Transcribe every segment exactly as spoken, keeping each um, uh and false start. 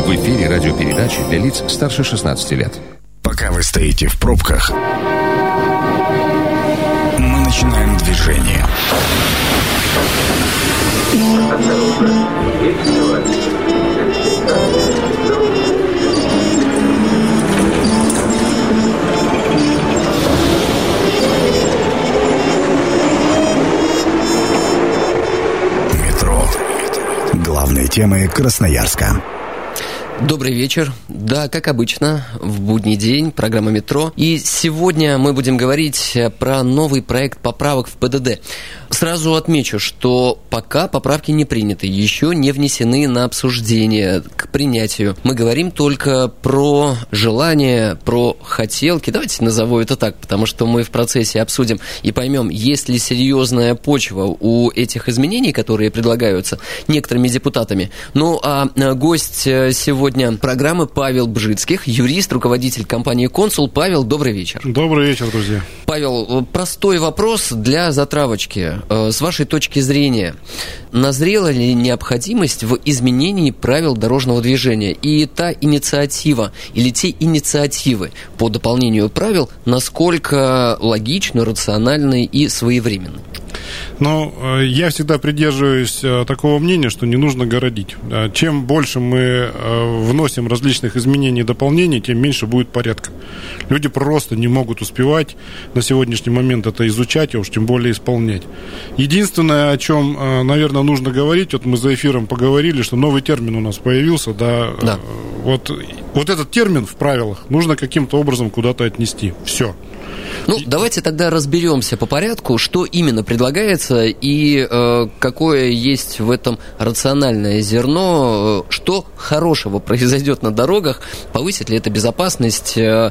В эфире радиопередачи для лиц старше шестнадцати лет. Пока вы стоите в пробках, мы начинаем движение. Метро. Главные темы Красноярска. Добрый вечер. Да, как обычно, в будний день, программа «Метро». И сегодня мы будем говорить про новый проект поправок в ПДД. Сразу отмечу, что пока поправки не приняты, еще не внесены на обсуждение к принятию. Мы говорим только про желания, про хотелки. Давайте назову это так, потому что мы в процессе обсудим и поймем, есть ли серьезная почва у этих изменений, которые предлагаются некоторыми депутатами. Ну, а гость сегодня программы Павел Бжицких, юрист, руководитель компании «Консул». Павел, добрый вечер. Добрый вечер, друзья. Павел, простой вопрос для затравочки. С вашей точки зрения, назрела ли необходимость в изменении правил дорожного движения? И та инициатива или те инициативы по дополнению правил, насколько логичны, рациональны и своевременны? Ну, я всегда придерживаюсь такого мнения, что не нужно городить. Чем больше мы вносим различных изменений и дополнений, тем меньше будет порядка. Люди просто не могут успевать на сегодняшний момент это изучать, а уж тем более исполнять. Единственное, о чем, наверное, нужно говорить, вот мы за эфиром поговорили, что новый термин у нас появился, да, да. Вот, вот этот термин в правилах нужно каким-то образом куда-то отнести. Все. Ну, давайте тогда разберемся по порядку, что именно предлагается и э, какое есть в этом рациональное зерно, э, что хорошего произойдет на дорогах, повысит ли это безопасность. Э,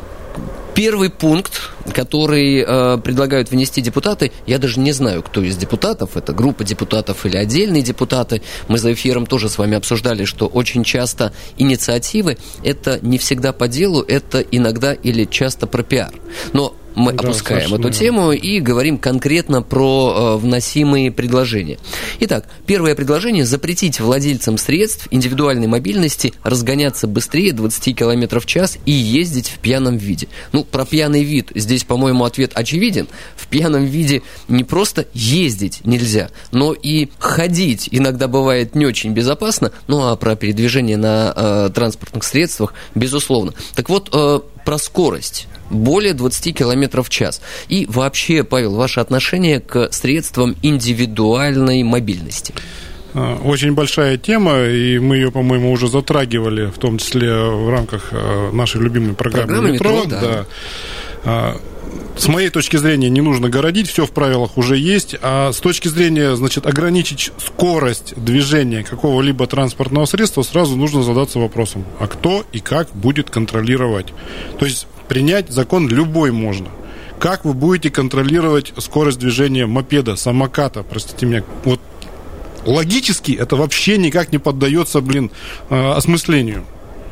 Первый пункт, который э, предлагают внести депутаты, я даже не знаю, кто из депутатов, это группа депутатов или отдельные депутаты. Мы за эфиром тоже с вами обсуждали, что очень часто инициативы – это не всегда по делу, это иногда или часто про пиар. Но мы да, опускаем эту верно. тему и говорим конкретно про э, вносимые предложения. Итак, первое предложение – запретить владельцам средств индивидуальной мобильности разгоняться быстрее двадцати километров в час и ездить в пьяном виде. Ну, про пьяный вид здесь, по-моему, ответ очевиден. В пьяном виде не просто ездить нельзя, но и ходить иногда бывает не очень безопасно. Ну, а про передвижение на э, транспортных средствах, безусловно. Так вот, э, про скорость. Более двадцати километров в час. И вообще, Павел, ваше отношение к средствам индивидуальной мобильности? Очень большая тема, и мы ее, по-моему, уже затрагивали, в том числе в рамках нашей любимой программы, программы «Метро». метро да. Да. С моей точки зрения, не нужно городить, все в правилах уже есть. А с точки зрения, значит, ограничить скорость движения какого-либо транспортного средства, сразу нужно задаться вопросом, а кто и как будет контролировать? То есть принять закон любой можно. Как вы будете контролировать скорость движения мопеда, самоката, простите меня, вот логически это вообще никак не поддается, блин, осмыслению.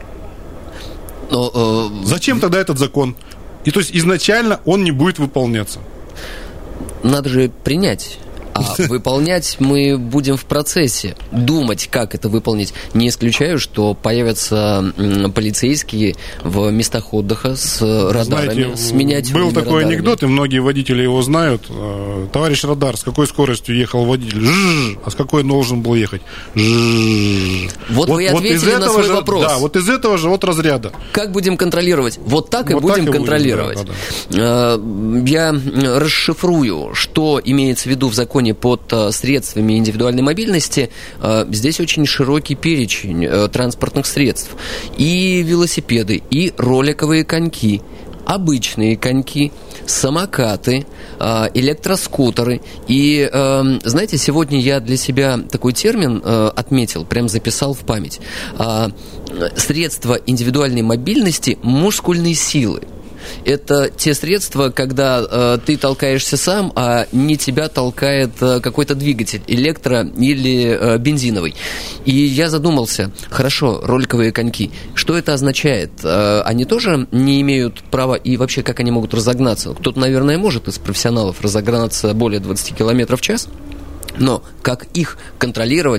Но, э... Зачем тогда этот закон? И то есть изначально он не будет выполняться. Надо же принять. А выполнять мы будем в процессе. Думать, как это выполнить. Не исключаю, что появятся полицейские в местах отдыха с радарами. Знаете, с миниатюрными был такой радарами. Анекдот, и многие водители его знают. Товарищ радар, с какой скоростью ехал водитель? Жжж, а с какой должен был ехать? Жжж. Вот, вот вы и ответили вот на свой же, вопрос. Да, вот из этого же вот разряда. Как будем контролировать? Вот так вот и будем так и контролировать. Будем, да, да. Я расшифрую, что имеется в виду в законе под средствами индивидуальной мобильности. Здесь очень широкий перечень транспортных средств. И велосипеды, и роликовые коньки, обычные коньки, самокаты, электроскутеры. И, знаете, сегодня я для себя такой термин отметил, прям записал в память. Средства индивидуальной мобильности мускульной силы. Это те средства, когда э, ты толкаешься сам, а не тебя толкает э, какой-то двигатель, электро- или э, бензиновый. И я задумался, хорошо, роликовые коньки, что это означает? Э, они тоже не имеют права, и вообще как они могут разогнаться? Кто-то, наверное, может из профессионалов разогнаться более двадцати километров в час, но как их контролировать,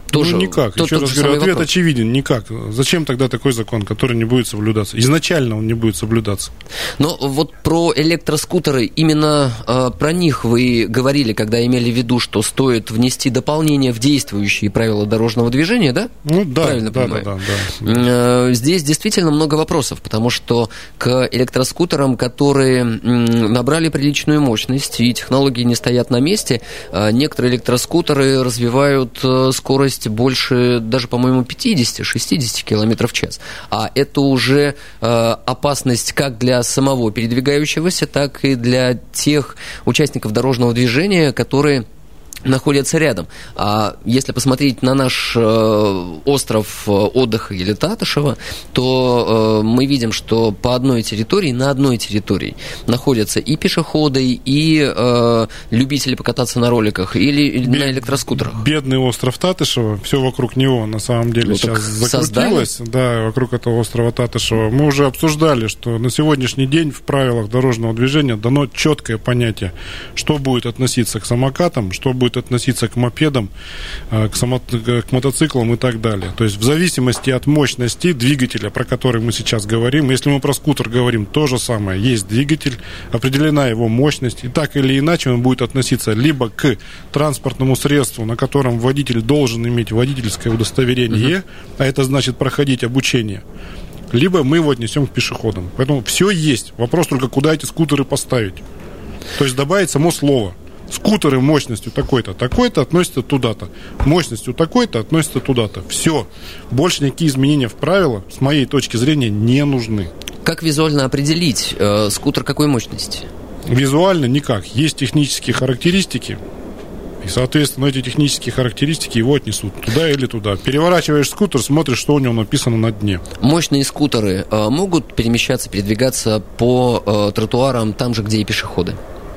Тоже ну, никак. Тот, Еще раз говорю, ответ вопрос. очевиден. Никак. Зачем тогда такой закон, который не будет соблюдаться? Изначально он не будет соблюдаться. Но вот про электроскутеры, именно э, про них вы говорили, когда имели в виду, что стоит внести дополнение в действующие правила дорожного движения, да? Ну да, правильно да, понимаю? да, да, да. Э, здесь действительно много вопросов, потому что к электроскутерам, которые м, набрали приличную мощность и технологии не стоят на месте, э, некоторые электроскутеры развивают э, скорость больше, даже, по-моему, пятьдесят-шестьдесят км в час. А это уже э, опасность как для самого передвигающегося, так и для тех участников дорожного движения, которые находятся рядом. А если посмотреть на наш э, остров отдыха или Татышева, то э, мы видим, что по одной территории, на одной территории находятся и пешеходы, и э, любители покататься на роликах, или Бед, на электроскутерах. Бедный остров Татышева, все вокруг него на самом деле ну, сейчас закрутилось. Создали? Да, вокруг этого острова Татышева. Мы уже обсуждали, что на сегодняшний день в правилах дорожного движения дано четкое понятие, что будет относиться к самокатам, что будет относиться к мопедам, к, само... к мотоциклам и так далее. То есть в зависимости от мощности двигателя, про который мы сейчас говорим, если мы про скутер говорим, то же самое. Есть двигатель, определена его мощность, и так или иначе он будет относиться либо к транспортному средству, на котором водитель должен иметь водительское удостоверение, uh-huh. а это значит проходить обучение, либо мы его отнесем к пешеходам. Поэтому все есть. Вопрос только, куда эти скутеры поставить. То есть добавить само слово. Скутеры мощностью такой-то, такой-то относятся туда-то. Мощностью такой-то относятся туда-то. Все. Больше никакие изменения в правила, с моей точки зрения, не нужны. Как визуально определить э, скутер какой мощности? Визуально никак. Есть технические характеристики, и, соответственно, эти технические характеристики его отнесут туда или туда. Переворачиваешь скутер, смотришь, что у него написано на дне. Мощные скутеры э, могут перемещаться, передвигаться по э, тротуарам там же, где и пешеходы?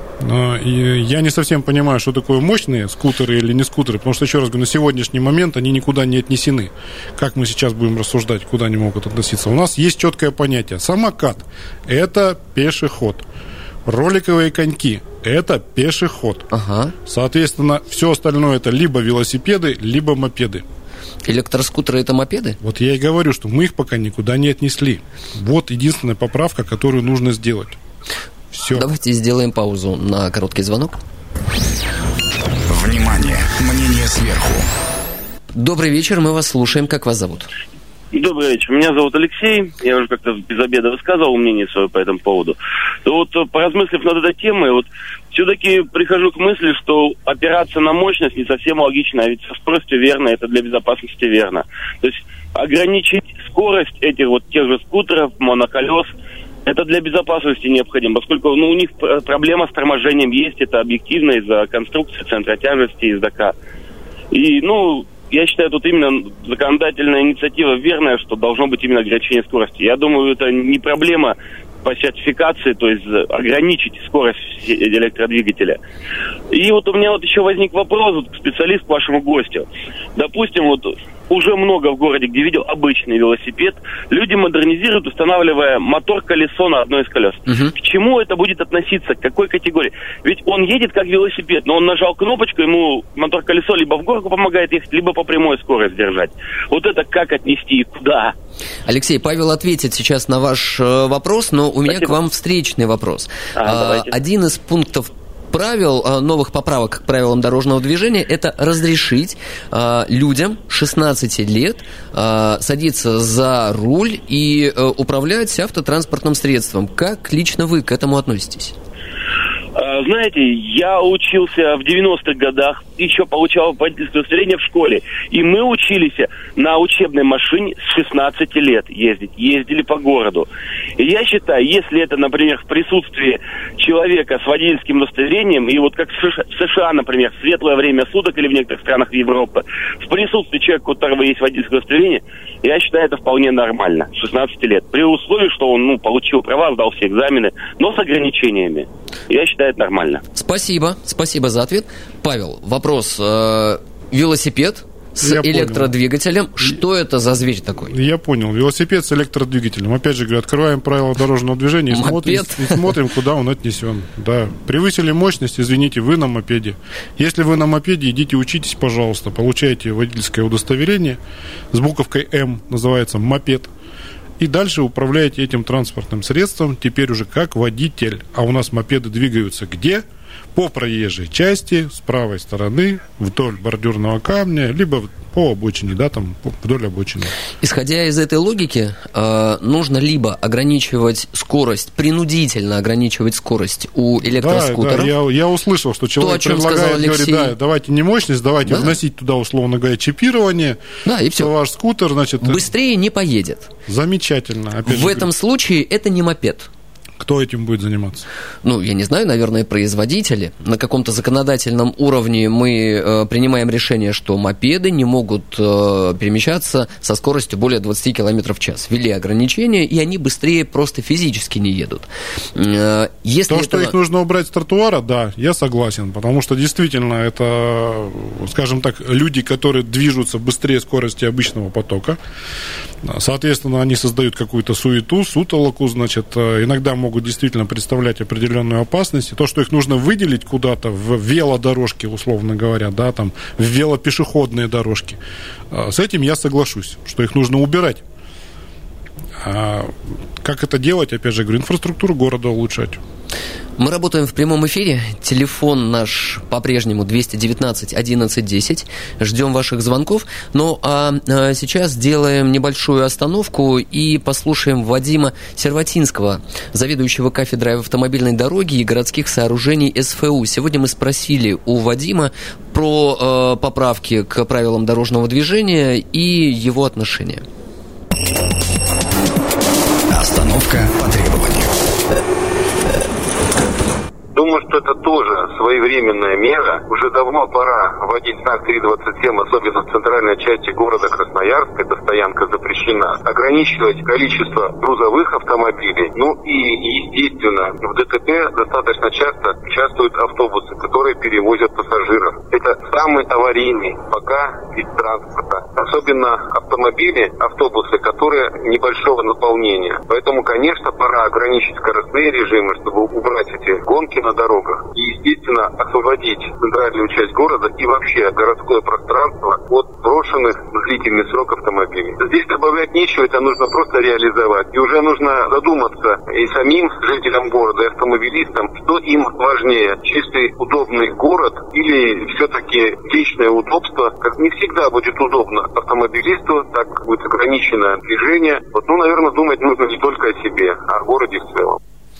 И я не совсем понимаю, что такое мощные скутеры или не скутеры, потому что, еще раз говорю, на сегодняшний момент они никуда не отнесены. Как мы сейчас будем рассуждать, куда они могут относиться? У нас есть четкое понятие. Самокат – это пешеход. Роликовые коньки – это пешеход. Ага. Соответственно, все остальное – это либо велосипеды, либо мопеды. Электроскутеры – это мопеды? Вот я и говорю, что мы их пока никуда не отнесли. Вот единственная поправка, которую нужно сделать. Все. Давайте сделаем паузу на короткий звонок. Внимание! Мнение сверху. Добрый вечер, мы вас слушаем. Как вас зовут? Добрый вечер. Меня зовут Алексей. Я уже как-то без обеда высказывал мнение свое по этому поводу. То вот, поразмыслив над этой темой, вот все-таки прихожу к мысли, что опираться на мощность не совсем логично, а ведь со скоростью верно, это для безопасности верно. То есть ограничить скорость этих вот тех же скутеров, моноколес, это для безопасности необходимо, поскольку ну, у них проблема с торможением есть, это объективно из-за конструкции центра тяжести ездака. И, ну, я считаю, тут именно законодательная инициатива верная, что должно быть именно ограничение скорости. Я думаю, это не проблема по сертификации, то есть ограничить скорость электродвигателя. И вот у меня вот еще возник вопрос, вот, специалист к вашему гостю. Допустим, вот уже много в городе, где видел обычный велосипед, люди модернизируют, устанавливая мотор-колесо на одно из колес. Угу. К чему это будет относиться, к какой категории? Ведь он едет как велосипед, но он нажал кнопочку, ему мотор-колесо либо в горку помогает ехать, либо по прямой скорость держать. Вот это как отнести и куда? Алексей, Павел ответит сейчас на ваш э, вопрос, но у меня Спасибо. К вам встречный вопрос. А, Один из пунктов правил, новых поправок к правилам дорожного движения, это разрешить э, людям шестнадцати лет э, садиться за руль и э, управлять автотранспортным средством. Как лично вы к этому относитесь? Знаете, я учился в девяностых годах, еще получал водительское удостоверение в школе. И мы учились на учебной машине с шестнадцати лет ездить. Ездили по городу. И я считаю, если это, например, в присутствии человека с водительским удостоверением, и вот как в США, например, в светлое время суток или в некоторых странах Европы, в присутствии человека, у которого есть водительское удостоверение, я считаю, это вполне нормально, с шестнадцати лет. При условии, что он ну, получил права, сдал все экзамены, но с ограничениями. Я считаю, это нормально. Спасибо, спасибо за ответ. Павел, вопрос. Велосипед с Я электродвигателем. Понял. Что это за зверь такой? Я понял. Велосипед с электродвигателем. Опять же говорю, открываем правила дорожного движения и смотрим, и смотрим, куда он отнесен. Да. Превысили мощность, извините, вы на мопеде. Если вы на мопеде, идите учитесь, пожалуйста. Получаете водительское удостоверение с буковкой М, называется мопед. И дальше управляете этим транспортным средством теперь уже как водитель. А у нас мопеды двигаются где? По проезжей части, с правой стороны, вдоль бордюрного камня, либо по обочине, да, там вдоль обочины. Исходя из этой логики, э, нужно либо ограничивать скорость, принудительно ограничивать скорость у электроскутеров. Да, да, я, я услышал, что человек То, предлагает, говорит, да, давайте не мощность, давайте да. вносить туда, условно говоря, чипирование. Да, и все. Ваш скутер, значит... Быстрее не поедет. Замечательно. Опять В же, этом говорю. случае это не мопед. Кто этим будет заниматься? Ну, я не знаю, наверное, производители. На каком-то законодательном уровне мы э, принимаем решение, что мопеды не могут э, перемещаться со скоростью более двадцать километров в час. Ввели ограничения, и они быстрее просто физически не едут. Э, если То, это... что их нужно убрать с тротуара, да, я согласен. Потому что действительно это, скажем так, люди, которые движутся быстрее скорости обычного потока. Соответственно, они создают какую-то суету, сутолоку, значит, иногда могут действительно представлять определенную опасность. И то, что их нужно выделить куда-то в велодорожки, условно говоря, да, там, в велопешеходные дорожки, с этим я соглашусь, что их нужно убирать. А как это делать? Опять же, говорю, инфраструктуру города улучшать. Мы работаем в прямом эфире. Телефон наш по-прежнему двести девятнадцать одиннадцать десять. Ждем ваших звонков. Ну, а, а сейчас сделаем небольшую остановку и послушаем Вадима Серватинского, заведующего кафедрой автомобильной дороги и городских сооружений СФУ. Сегодня мы спросили у Вадима про э, поправки к правилам дорожного движения и его отношения. Остановка по требованию. Думаю, что это тоже своевременная мера. Уже давно пора вводить знак три двадцать семь, особенно в центральной части города Красноярск. Эта стоянка запрещена. Ограничивать количество грузовых автомобилей. Ну и, естественно, в ДТП достаточно часто участвуют автобусы, которые перевозят пассажиров. Это самый аварийный пока вид транспорта. Особенно автомобили, автобусы, которые небольшого наполнения. Поэтому, конечно, пора ограничить скоростные режимы, чтобы убрать эти гонки на дорогах и, естественно, освободить центральную часть города и вообще городское пространство от брошенных длительный срок автомобилей. Здесь добавлять нечего, это нужно просто реализовать. И уже нужно задуматься и самим жителям города, и автомобилистам, что им важнее, чистый, удобный город или все-таки личное удобство. Как не всегда будет удобно автомобилисту, так будет ограничено движение. Вот, ну, наверное, думать нужно не только о себе, а о городе в целом.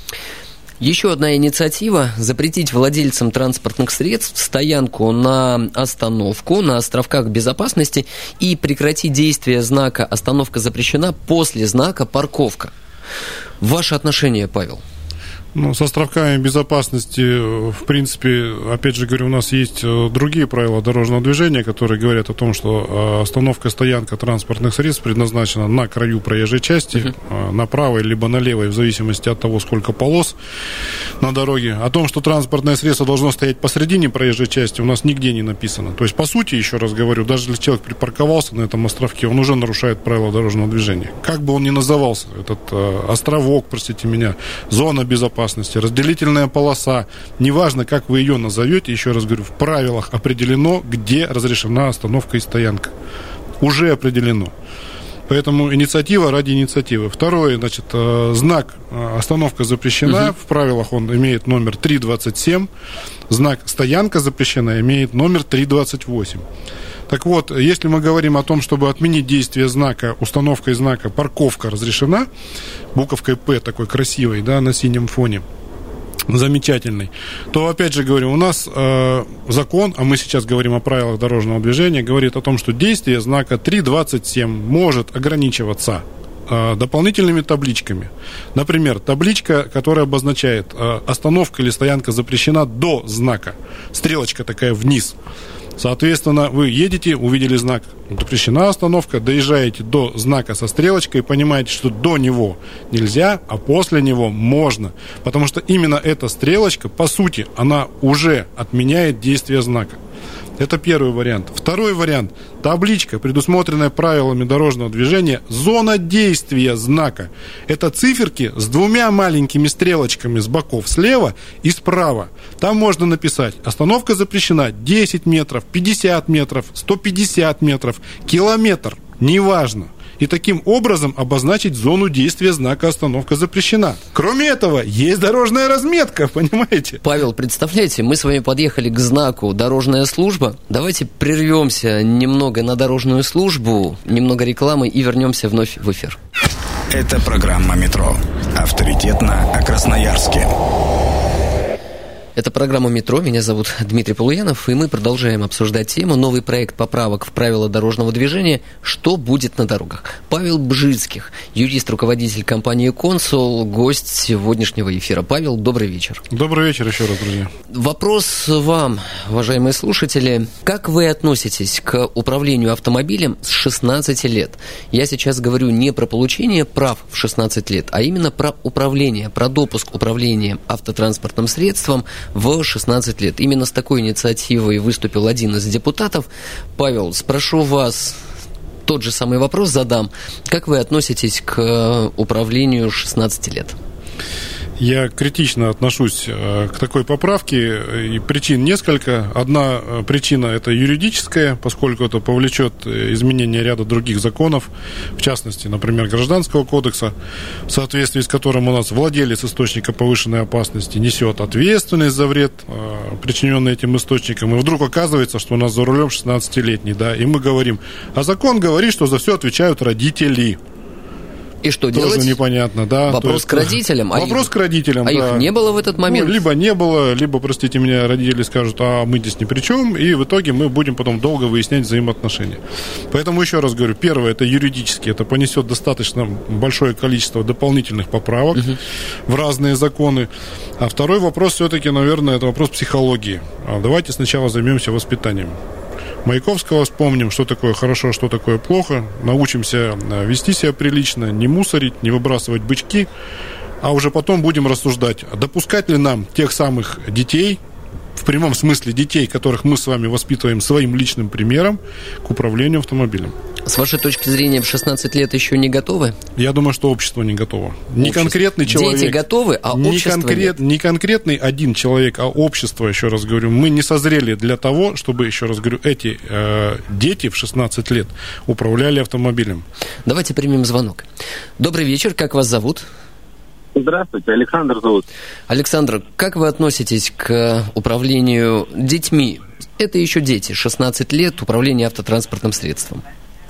Еще одна инициатива – запретить владельцам транспортных средств стоянку на остановку на островках безопасности и прекратить действие знака «Остановка запрещена» после знака «Парковка». Ваше отношение, Павел? Ну, с островками безопасности, в принципе, опять же говорю, у нас есть другие правила дорожного движения, которые говорят о том, что остановка, стоянка транспортных средств предназначена на краю проезжей части, uh-huh. на правой либо на левой, в зависимости от того, сколько полос на дороге. О том, что транспортное средство должно стоять посредине проезжей части, у нас нигде не написано. То есть, по сути, еще раз говорю, даже если человек припарковался на этом островке, он уже нарушает правила дорожного движения. Как бы он ни назывался, этот э, островок, простите меня, зона безопасности, разделительная полоса, неважно, как вы ее назовете, еще раз говорю, в правилах определено, где разрешена остановка и стоянка. Уже определено. Поэтому инициатива ради инициативы. Второе, значит, знак «Остановка запрещена», угу. в правилах он имеет номер три двадцать семь, знак «Стоянка запрещена» имеет номер три двадцать восемь. Так вот, если мы говорим о том, чтобы отменить действие знака, установкой знака «Парковка разрешена», буковкой «П» такой красивой, да, на синем фоне, замечательный, то, опять же говорю, у нас э, закон, а мы сейчас говорим о правилах дорожного движения, говорит о том, что действие знака три двадцать семь может ограничиваться э, дополнительными табличками. Например, табличка, которая обозначает э, «Остановка или стоянка запрещена» до знака, стрелочка такая вниз. Соответственно, вы едете, увидели знак «Запрещена остановка», доезжаете до знака со стрелочкой и понимаете, что до него нельзя, а после него можно. Потому что именно эта стрелочка, по сути, она уже отменяет действие знака. Это первый вариант. Второй вариант. Табличка, предусмотренная правилами дорожного движения, зона действия знака. Это циферки с двумя маленькими стрелочками с боков слева и справа. Там можно написать: остановка запрещена десять метров, пятьдесят метров, сто пятьдесят метров, километр, неважно. И таким образом обозначить зону действия знака «Остановка запрещена». Кроме этого, есть дорожная разметка, понимаете? Павел, представляете, мы с вами подъехали к знаку «Дорожная служба». Давайте прервемся немного на дорожную службу, немного рекламы и вернемся вновь в эфир. Это программа «Метро». Авторитетно о Красноярске. Это программа «Метро». Меня зовут Дмитрий Полуянов, и мы продолжаем обсуждать тему. Новый проект поправок в правила дорожного движения. Что будет на дорогах? Павел Бжицких, юрист, руководитель компании «Консул», гость сегодняшнего эфира. Павел, добрый вечер. Добрый вечер еще раз, друзья. Вопрос вам, уважаемые слушатели. Как вы относитесь к управлению автомобилем с шестнадцати лет? Я сейчас говорю не про получение прав в шестнадцать лет, а именно про управление, про допуск управления автотранспортным средством в шестнадцать лет. Именно с такой инициативой выступил один из депутатов. Павел, спрошу вас, тот же самый вопрос задам. Как вы относитесь к управлению шестнадцати лет? Я критично отношусь к такой поправке, и причин несколько. Одна причина – это юридическая, поскольку это повлечет изменение ряда других законов, в частности, например, Гражданского кодекса, в соответствии с которым у нас владелец источника повышенной опасности несет ответственность за вред, причиненный этим источником, и вдруг оказывается, что у нас за рулем шестнадцатилетний, да, и мы говорим, а закон говорит, что за все отвечают родители. И что тоже делать? Непонятно, да. Вопрос есть, к родителям. А вопрос их, к родителям, а да. их не было в этот момент? Ну, либо не было, либо, простите меня, родители скажут, а мы здесь ни при чем, и в итоге мы будем потом долго выяснять взаимоотношения. Поэтому еще раз говорю, первое, это юридически, это понесет достаточно большое количество дополнительных поправок угу. в разные законы. А второй вопрос все-таки, наверное, это вопрос психологии. Давайте сначала займемся воспитанием. Маяковского вспомним, что такое хорошо, что такое плохо. Научимся вести себя прилично, не мусорить, не выбрасывать бычки. А уже потом будем рассуждать, допускать ли нам тех самых детей, в прямом смысле детей, которых мы с вами воспитываем своим личным примером, к управлению автомобилем. С вашей точки зрения, в шестнадцать лет еще не готовы? Я думаю, что общество не готово. Общество. Не конкретный человек. Дети готовы, а не общество конкрет, нет. Не конкретный один человек, а общество, еще раз говорю. Мы не созрели для того, чтобы, еще раз говорю, эти э, дети в шестнадцать лет управляли автомобилем. Давайте примем звонок. Добрый вечер, как вас зовут? Здравствуйте, Александр зовут. Александр, как вы относитесь к управлению детьми? Это еще дети, шестнадцать лет, управление автотранспортным средством.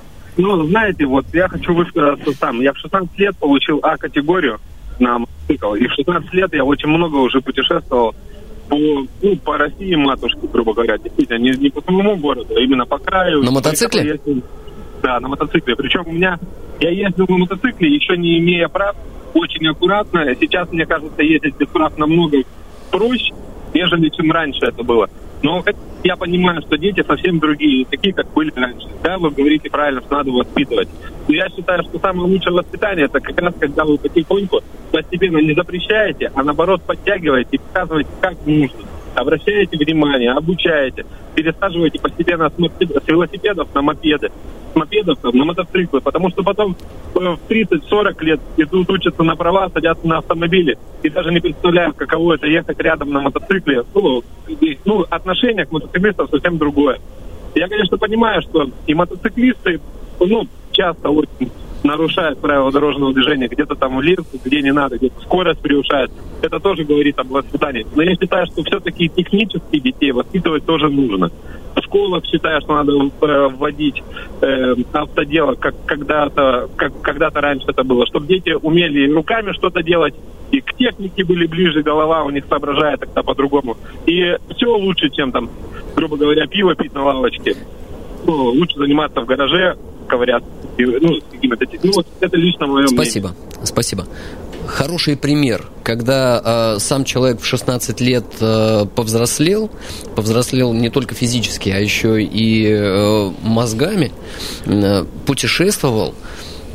Ну, знаете, вот я хочу высказаться сам. Я в шестнадцать лет получил А-категорию на мотоцикл. И в шестнадцать лет я очень много уже путешествовал по, ну, по России, матушке, грубо говоря. Действительно, не, не по самому городу, а именно по краю. На мотоцикле? Ездил, да, на мотоцикле. Причем у меня, я ездил на мотоцикле, еще не имея прав, очень аккуратно. Сейчас, мне кажется, ездить без прав намного проще, нежели чем раньше это было. Но я понимаю, что дети совсем другие, такие, как были раньше. Да, вы говорите правильно, что надо воспитывать. Но я считаю, что самое лучшее воспитание, это как раз, когда вы потихоньку постепенно не запрещаете, а наоборот подтягиваете и показываете, как нужно. Обращаете внимание, обучаете, пересаживаете постепенно с, мопед... с велосипедов на мопеды, с мопедов там, на мотоциклы, потому что потом в тридцать-сорок лет идут, учатся на права, садятся на автомобили и даже не представляют, каково это ехать рядом на мотоцикле. Ну, ну отношение к мотоциклистам совсем другое. Я, конечно, понимаю, что и мотоциклисты, ну, часто очень нарушают правила дорожного движения, где-то там в лесу, где не надо, где-то скорость превышает. Это тоже говорит об воспитании. Но я считаю, что все-таки технически детей воспитывать тоже нужно. В школах считаю, что надо вводить э, автодело, как когда-то, как когда-то раньше это было, чтобы дети умели руками что-то делать, и к технике были ближе, голова у них соображает тогда по-другому. И все лучше, чем там, грубо говоря, пиво пить на лавочке. Ну, лучше заниматься в гараже, ковыряться. Ну, ну, вот это лично мое мнение. Спасибо, спасибо. Хороший пример, когда э, сам человек в шестнадцать лет э, повзрослел, повзрослел не только физически, а еще и э, мозгами, э, путешествовал,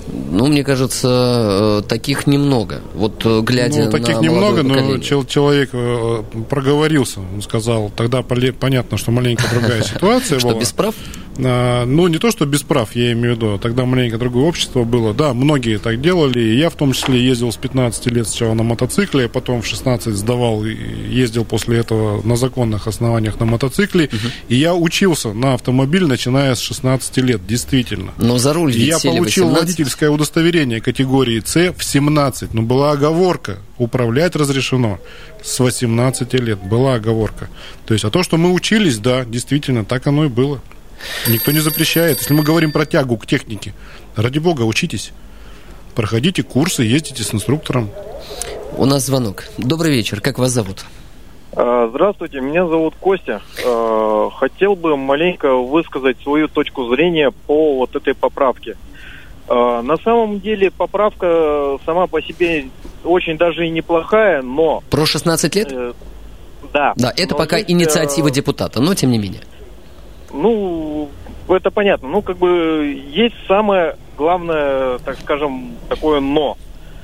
Ну, мне кажется, таких немного. Вот глядя ну, таких на немного, поколение. Но человек проговорился. Он сказал, тогда понятно, что маленько другая ситуация была. Что, без прав? Ну, не то, что без прав, я имею в виду. Тогда маленько другое общество было. Да, многие так делали. И я в том числе ездил с пятнадцати лет сначала на мотоцикле, а потом в шестнадцать сдавал и ездил после этого на законных основаниях на мотоцикле. Угу. И я учился на автомобиль, начиная с шестнадцати лет, действительно. Но за руль ведь и я сели получил восемнадцать. Водительское удостоверение категории С в семнадцать. Но была оговорка. Управлять разрешено с восемнадцати лет. Была оговорка. То есть, а то, что мы учились, да, действительно, так оно и было. Никто не запрещает. Если мы говорим про тягу к технике, ради бога, учитесь. Проходите курсы, ездите с инструктором. У нас звонок. Добрый вечер. Как вас зовут? Здравствуйте, меня зовут Костя. Хотел бы маленько высказать свою точку зрения по вот этой поправке. На самом деле поправка сама по себе очень даже и неплохая, но... Про шестнадцать лет? Да. Да, это пока есть... инициатива депутата, но тем не менее. Ну, это понятно. Ну, как бы есть самое главное, так скажем, такое «но».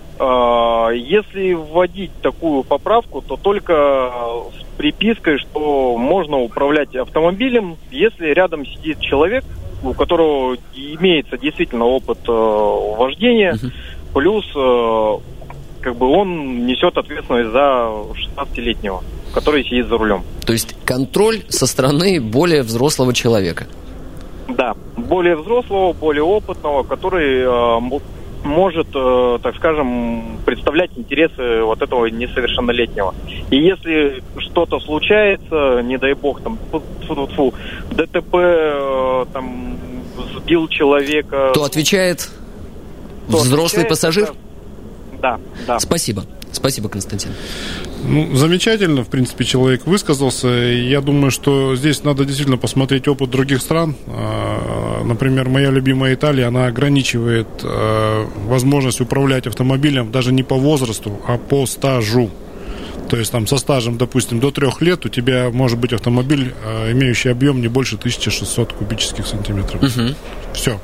Если вводить такую поправку, то только с припиской, что можно управлять автомобилем, если рядом сидит человек, у которого имеется действительно опыт вождения, uh-huh. плюс как бы он несет ответственность за шестнадцатилетнего, который сидит за рулем. То есть контроль со стороны более взрослого человека? Да, более взрослого, более опытного, который э, может, э, так скажем, представлять интересы вот этого несовершеннолетнего. И если что-то случается, не дай бог, там, фу-фу-фу, ДТП, э, там, сбил человека... То отвечает то взрослый отвечает, пассажир? Это... Да, да. Спасибо. Спасибо, Константин. Ну, замечательно, в принципе, человек высказался. Я думаю, что здесь надо действительно посмотреть опыт других стран. Например, моя любимая Италия, она ограничивает возможность управлять автомобилем даже не по возрасту, а по стажу. То есть там со стажем, допустим, до трех лет у тебя может быть автомобиль, имеющий объем не больше тысяча шестьсот кубических сантиметров. Угу. Все.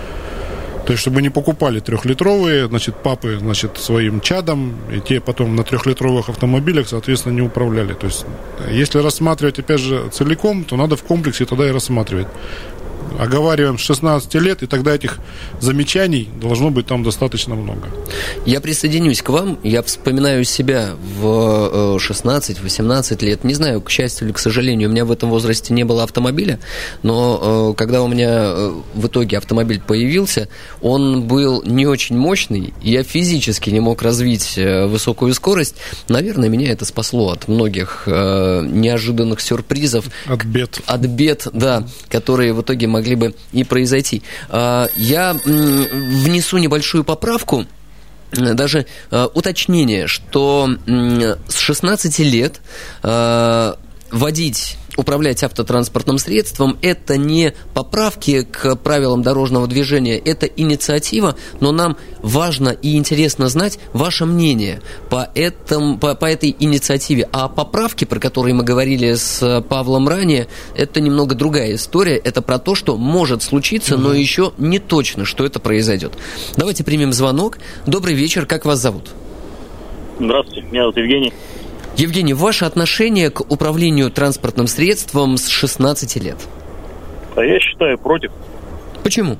То есть, чтобы не покупали трехлитровые, значит, папы, значит, своим чадом, и те потом на трехлитровых автомобилях, соответственно, не управляли. То есть, если рассматривать, опять же, целиком, то надо в комплексе тогда и рассматривать. Оговариваем с шестнадцати лет, и тогда этих замечаний должно быть там достаточно много. Я присоединюсь к вам. Я вспоминаю себя в шестнадцать-восемнадцать лет. Не знаю, к счастью или к сожалению, у меня в этом возрасте не было автомобиля, но когда у меня в итоге автомобиль появился, он был не очень мощный, я физически не мог развить высокую скорость. Наверное, меня это спасло от многих неожиданных сюрпризов. От бед. От бед, да, которые в итоге могли бы и произойти. Я внесу небольшую поправку, даже уточнение, что с шестнадцати лет водить, управлять автотранспортным средством – это не поправки к правилам дорожного движения, это инициатива, но нам важно и интересно знать ваше мнение по, этому, по, по этой инициативе. А поправки, про которые мы говорили с Павлом ранее, это немного другая история. Это про то, что может случиться, но еще не точно, что это произойдет. Давайте примем звонок. Добрый вечер, как вас зовут? Здравствуйте, меня зовут Евгений. Евгений, ваше отношение к управлению транспортным средством с шестнадцати лет? А я считаю, против. Почему?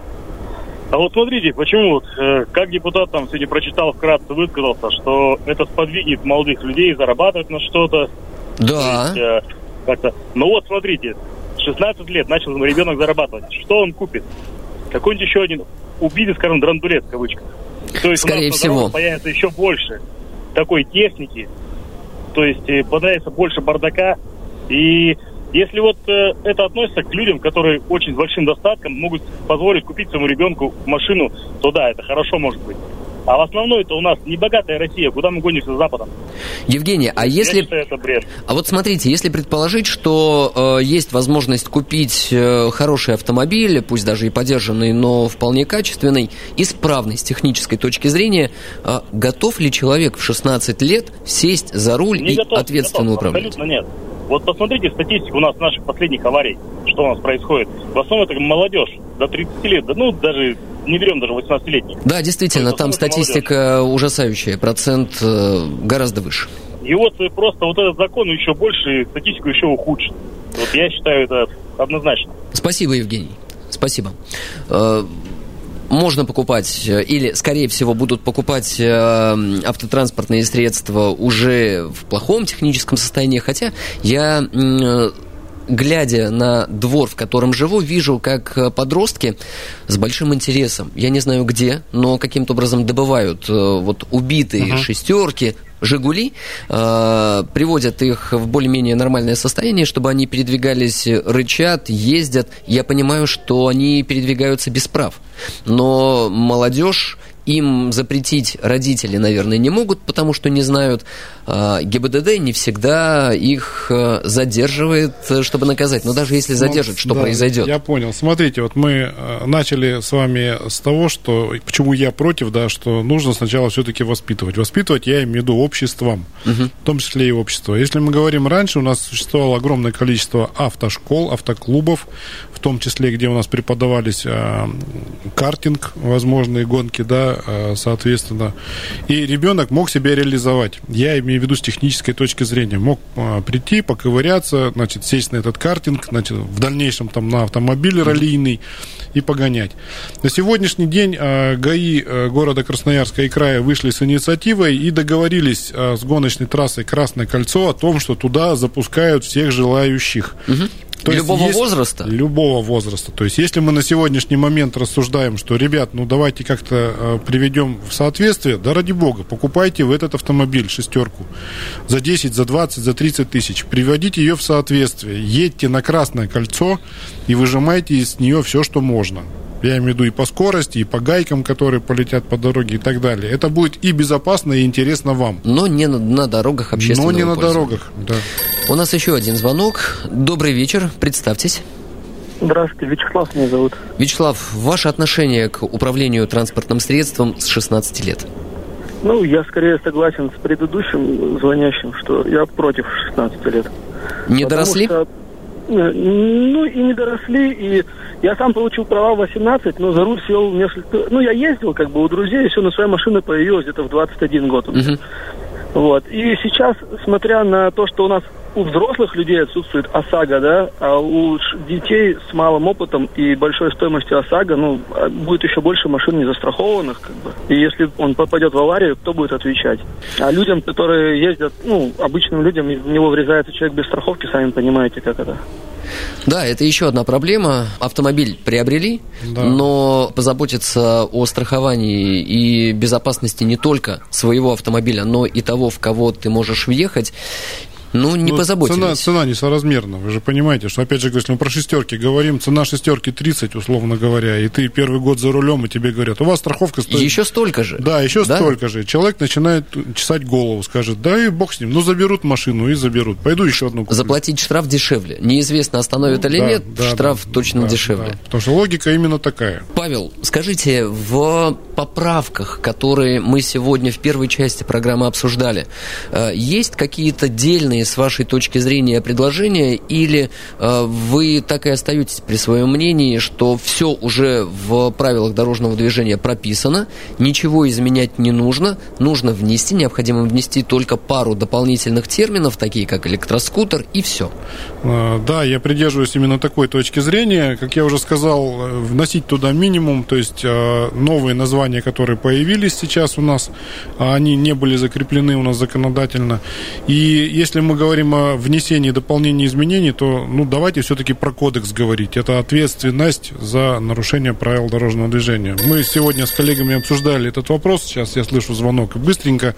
А вот смотрите, почему, вот, э, как депутат там сегодня прочитал, вкратце высказался, что это сподвигнет молодых людей зарабатывать на что-то. Да. То есть, э, как-то. Ну вот, смотрите, шестнадцать лет начал ребенок зарабатывать. Что он купит? Какой-нибудь еще один убитый, скажем, драндулет, в кавычках. То есть скорее у нас всего появится еще больше такой техники. То есть появится больше бардака. И если вот э, это относится к людям, которые очень с большим достатком могут позволить купить своему ребенку машину, то да, это хорошо может быть. А в основном это у нас небогатая Россия, куда мы гонимся с Западом. Евгений, а если... Я считаю, это бред. А вот смотрите, если предположить, что э, есть возможность купить э, хороший автомобиль, пусть даже и подержанный, но вполне качественный, исправный с технической точки зрения, э, готов ли человек в шестнадцать лет сесть за руль не и готов, ответственно готов, управлять? Абсолютно нет. Вот посмотрите статистику у нас наших последних аварий, что у нас происходит. В основном это молодежь до тридцати лет, да, ну даже не берем даже восемнадцатилетних. Да, действительно, там статистика ужасающая, процент э, гораздо выше. И вот просто вот этот закон еще больше, статистику еще ухудшит. Вот я считаю это однозначно. Спасибо, Евгений. Спасибо. Можно покупать, или, скорее всего, будут покупать автотранспортные средства уже в плохом техническом состоянии, хотя я, глядя на двор, в котором живу, вижу, как подростки с большим интересом, я не знаю где, но каким-то образом добывают вот убитые uh-huh. шестерки, «Жигули», э, приводят их в более-менее нормальное состояние, чтобы они передвигались, рычат, ездят. Я понимаю, что они передвигаются без прав. Но молодежь, им запретить родители, наверное, не могут, потому что не знают. Э, ГИБДД не всегда их э, задерживает, чтобы наказать. Но даже если задержит, ну, что да, произойдет? Я понял. Смотрите, вот мы начали с вами с того, что почему я против, да, что нужно сначала все-таки воспитывать. Воспитывать я имею в виду обществом, угу. в том числе и общество. Если мы говорим раньше, у нас существовало огромное количество автошкол, автоклубов, в том числе, где у нас преподавались э, картинг, возможные гонки, да, э, соответственно. И ребенок мог себя реализовать. Я имею в виду с технической точки зрения. Мог э, прийти, поковыряться, значит, сесть на этот картинг, значит, в дальнейшем там на автомобиль раллийный и погонять. На сегодняшний день э, ГАИ э, города Красноярска и края вышли с инициативой и договорились э, с гоночной трассой «Красное кольцо» о том, что туда запускают всех желающих. Угу. То любого есть, возраста? Любого возраста. То есть, если мы на сегодняшний момент рассуждаем, что, ребят, ну давайте как-то э, приведем в соответствие, да ради бога, покупайте в этот автомобиль шестерку за десять, за двадцать, за тридцать тысяч, приводите ее в соответствие, едьте на Красное кольцо и выжимайте из нее все, что можно. Я имею в виду и по скорости, и по гайкам, которые полетят по дороге и так далее. Это будет и безопасно, и интересно вам. Но не на, на дорогах общественного Но не на пользования. дорогах, да. У нас еще один звонок. Добрый вечер, представьтесь. Здравствуйте, Вячеслав меня зовут. Вячеслав, ваше отношение к управлению транспортным средством с шестнадцати лет? Ну, я скорее согласен с предыдущим звонящим, что я против шестнадцати лет. Не доросли? Что, ну, и не доросли, и я сам получил права в восемнадцать, но за руль сел несколько... Ну, я ездил как бы у друзей, еще на своей машине появилась где-то в двадцать один год. Uh-huh. Вот. И сейчас, смотря на то, что у нас у взрослых людей отсутствует ОСАГО, да, а у детей с малым опытом и большой стоимостью ОСАГО, ну, будет еще больше машин незастрахованных, как бы. И если он попадет в аварию, кто будет отвечать? А людям, которые ездят, ну, обычным людям, в него врезается человек без страховки, сами понимаете, как это. Да, это еще одна проблема. Автомобиль приобрели, да. но позаботиться о страховании и безопасности не только своего автомобиля, но и того, в кого ты можешь въехать, ну, не ну, позаботились. Цена, цена несоразмерна. Вы же понимаете, что, опять же, если мы про шестерки говорим, цена шестерки тридцать, условно говоря, и ты первый год за рулем, и тебе говорят, у вас страховка стоит... Еще столько же. Да, еще да? столько же. Человек начинает чесать голову, скажет, да и бог с ним, ну, заберут машину и заберут. Пойду еще одну куплю. Заплатить штраф дешевле. Неизвестно, остановят ну, или да, нет, да, штраф да, точно да, дешевле. Да. Потому что логика именно такая. Павел, скажите, в поправках, которые мы сегодня в первой части программы обсуждали, есть какие-то дельные, с вашей точки зрения, предложения, или э, вы так и остаетесь при своем мнении, что все уже в правилах дорожного движения прописано, ничего изменять не нужно, нужно внести, необходимо внести только пару дополнительных терминов, такие как электроскутер, и все? Да, я придерживаюсь именно такой точки зрения. Как я уже сказал, вносить туда минимум, то есть новые названия, которые появились сейчас у нас, они не были закреплены у нас законодательно. И если мы говорим о внесении дополнений изменений, то ну, давайте все-таки про кодекс говорить. Это ответственность за нарушение правил дорожного движения. Мы сегодня с коллегами обсуждали этот вопрос. Сейчас я слышу звонок. Быстренько.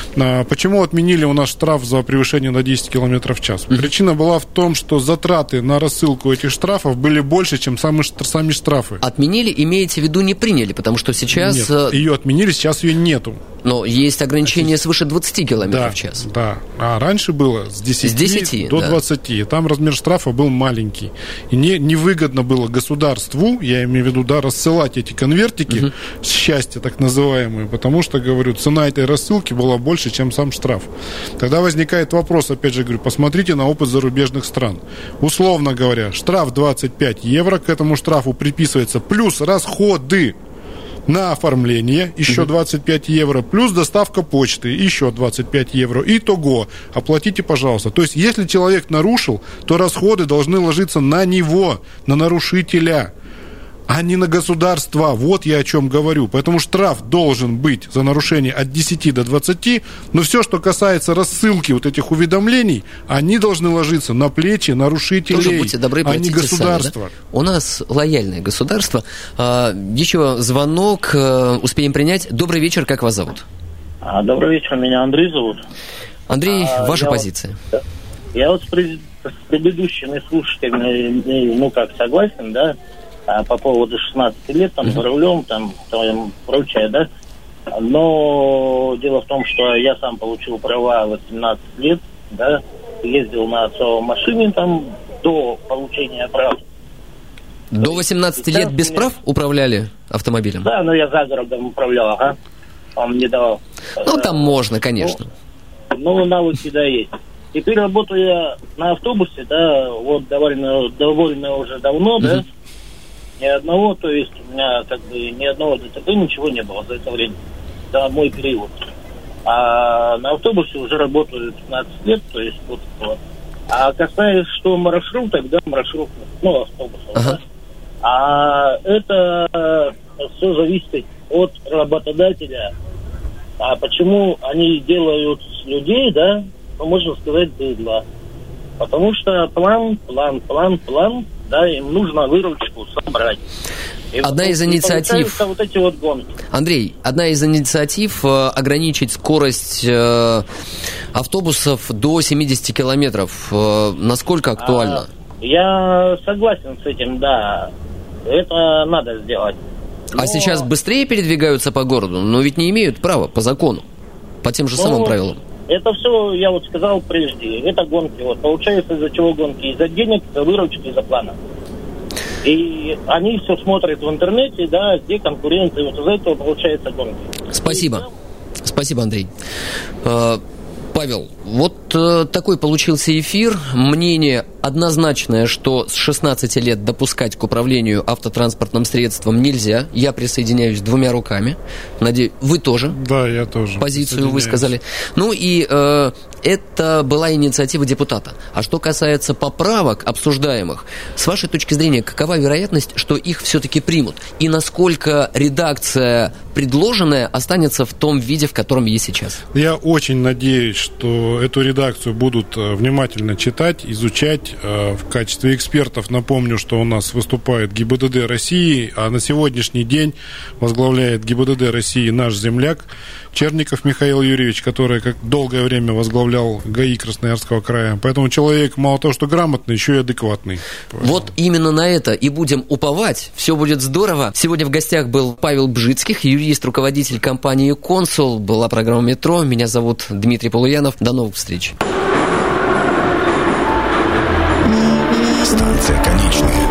Почему отменили у нас штраф за превышение на десять километров в час? Причина была в том, что затраты на рассылку этих штрафов были больше, чем сами, сами штрафы. Отменили, имеете в виду, не приняли, потому что сейчас... Нет, ее отменили, сейчас ее нету. Но есть ограничение свыше двадцати километров да, в час. Да, а раньше было с десяти, с десяти до да. двадцати. И там размер штрафа был маленький. И не, невыгодно было государству, я имею в виду, да, рассылать эти конвертики, угу. счастья так называемые, потому что, говорю, цена этой рассылки была больше, чем сам штраф. Тогда возникает вопрос, опять же, говорю, посмотрите на опыт зарубежных стран. Условно говоря, штраф двадцать пять евро, к этому штрафу приписывается плюс расходы. на оформление еще двадцать пять евро, плюс доставка почты еще двадцать пять евро. Итого, оплатите, пожалуйста. То есть, если человек нарушил, то расходы должны ложиться на него, на нарушителя, а не на государство. Вот я о чем говорю. Поэтому штраф должен быть за нарушение от десяти до двадцати, но все, что касается рассылки вот этих уведомлений, они должны ложиться на плечи нарушителей, тоже будьте добры, а не государство. Сами, да? У нас лояльное государство. А, еще звонок успеем принять. Добрый вечер, как вас зовут? А, добрый вечер, меня Андрей зовут. Андрей, а, ваша я позиция? Вот, я вот с, пред, с предыдущими слушателями, ну как, согласен, да, по поводу шестнадцати лет, там, за рулем, там, там, прочее, да. Но дело в том, что я сам получил права в восемнадцать лет, да, ездил на отцовой машине, там, до получения прав. До восемнадцати лет без прав управляли автомобилем? Да, но я за городом управлял, ага. Он мне давал. Ну, там можно, конечно. Ну, ну навыки, да, есть. Теперь работаю я на автобусе, да, вот довольно, довольно уже давно, uh-huh. да. Ни одного, то есть у меня как бы ни одного ДТП, ничего не было за это время, за мой период. А на автобусе уже работаю пятнадцать лет, то есть вот, вот. А касаясь, что маршруток, да, маршрутов, ну, автобусов, ага. да, а это все зависит от работодателя. А почему они делают с людей, да, ну, можно сказать, быдло. Потому что план, план, план, план, да, им нужно выручку собрать. И одна вот, из инициатив... Вот эти вот гонки. Андрей, одна из инициатив э, ограничить скорость э, автобусов до семидесяти километров. Э, насколько актуально? А, я согласен с этим, да. Это надо сделать. Но... А сейчас быстрее передвигаются по городу, но ведь не имеют права по закону, по тем же но... самым правилам. Это все, я вот сказал прежде, это гонки. Вот, получается, из-за чего гонки? Из-за денег, из-за выручки, из-за плана. И они все смотрят в интернете, да, где конкуренция, вот из-за этого получается гонки. Спасибо. И... Спасибо, Андрей. Павел, вот э, такой получился эфир. Мнение однозначное, что с шестнадцати лет допускать к управлению автотранспортным средством нельзя. Я присоединяюсь двумя руками. Надеюсь, вы тоже. Да, я тоже. Позицию высказали. Ну и э, это была инициатива депутата. А что касается поправок обсуждаемых, с вашей точки зрения, какова вероятность, что их все-таки примут? И насколько редакция предложенная останется в том виде, в котором есть сейчас? Я очень надеюсь, что эту редакцию будут внимательно читать, изучать. В качестве экспертов напомню, что у нас выступает ГИБДД России, а на сегодняшний день возглавляет ГИБДД России наш земляк Черников Михаил Юрьевич, который как долгое время возглавлял ГАИ Красноярского края. Поэтому человек мало того, что грамотный, еще и адекватный. Вот именно на это и будем уповать. Все будет здорово. Сегодня в гостях был Павел Бжицких, юрист, руководитель компании «Консул». Была программа «Метро». Меня зовут Дмитрий Полуянов. До новых встреч. Станция конечная.